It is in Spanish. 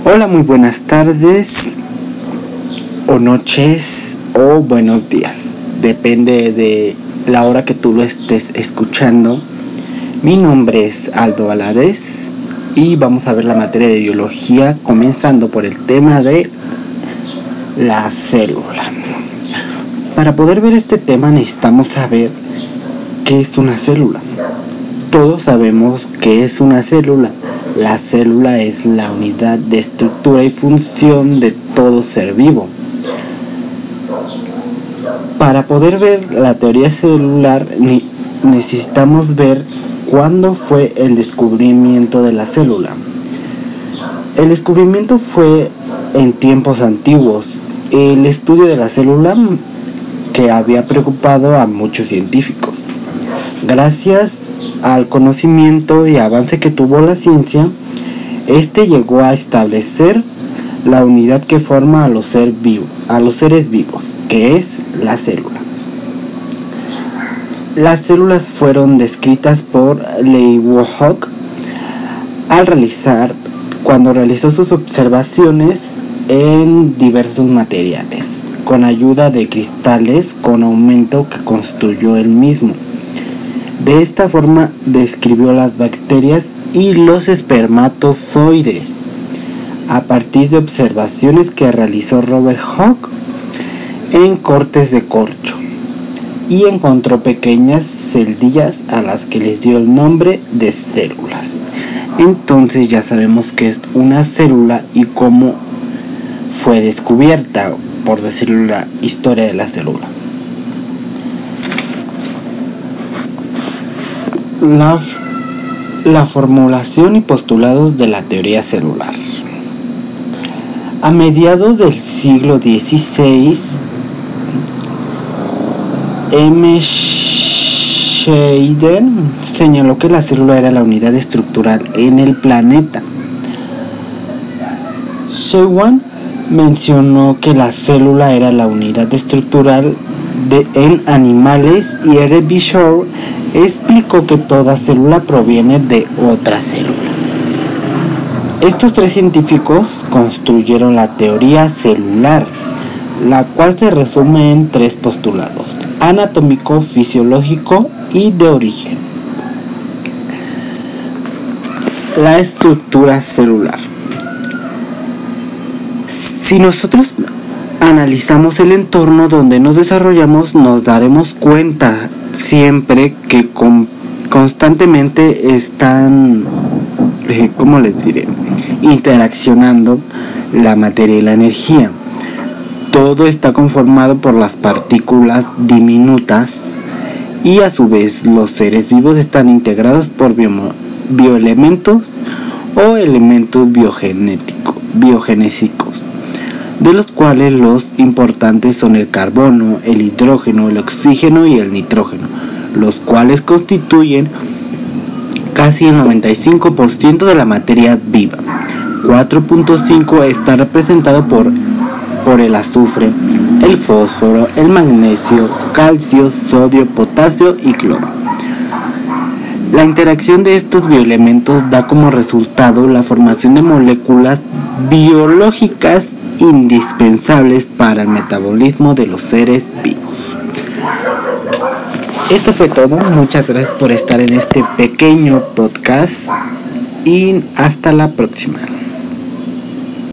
Hola, muy buenas tardes o noches o buenos días. Depende de la hora que tú lo estés escuchando. Mi nombre es Aldo Valadez y vamos a ver la materia de biología, comenzando por el tema de la célula. Para poder ver este tema necesitamos saber qué es una célula. Todos sabemos qué es una célula. La célula es la unidad de estructura y función de todo ser vivo. Para poder ver la teoría celular necesitamos ver cuándo fue el descubrimiento de la célula. El descubrimiento fue en tiempos antiguos. El estudio de la célula que había preocupado a muchos científicos. Gracias al conocimiento y avance que tuvo la ciencia, llegó a establecer la unidad que forma a los seres vivos, que es la célula. Las células fueron descritas por Leeuwenhoek cuando realizó sus observaciones en diversos materiales, con ayuda de cristales con aumento que construyó él mismo. De esta forma describió las bacterias y los espermatozoides a partir de observaciones que realizó Robert Hooke en cortes de corcho, y encontró pequeñas celdillas a las que les dio el nombre de células. Entonces ya sabemos qué es una célula y cómo fue descubierta, por decirlo, la historia de la célula. La formulación y postulados de la teoría celular. A mediados del siglo XVI, M. Schleiden señaló que la célula era la unidad estructural en el planeta. Schleiden mencionó que la célula era la unidad estructural en animales, y R. B. Shaw explicó que toda célula proviene de otra célula. Estos tres científicos construyeron la teoría celular, la cual se resume en tres postulados: anatómico, fisiológico y de origen. La estructura celular. Si nosotros analizamos el entorno donde nos desarrollamos, nos daremos cuenta siempre que constantemente están, interaccionando la materia y la energía. Todo está conformado por las partículas diminutas, y a su vez los seres vivos están integrados por bioelementos o elementos biogenésicos, de los cuales los importantes son el carbono, el hidrógeno, el oxígeno y el nitrógeno, los cuales constituyen casi el 95% de la materia viva. 4.5 está representado por el azufre, el fósforo, el magnesio, calcio, sodio, potasio y cloro. La interacción de estos bioelementos da como resultado la formación de moléculas biológicas indispensables para el metabolismo de los seres vivos. Esto fue todo. Muchas gracias por estar en este pequeño podcast y hasta la próxima.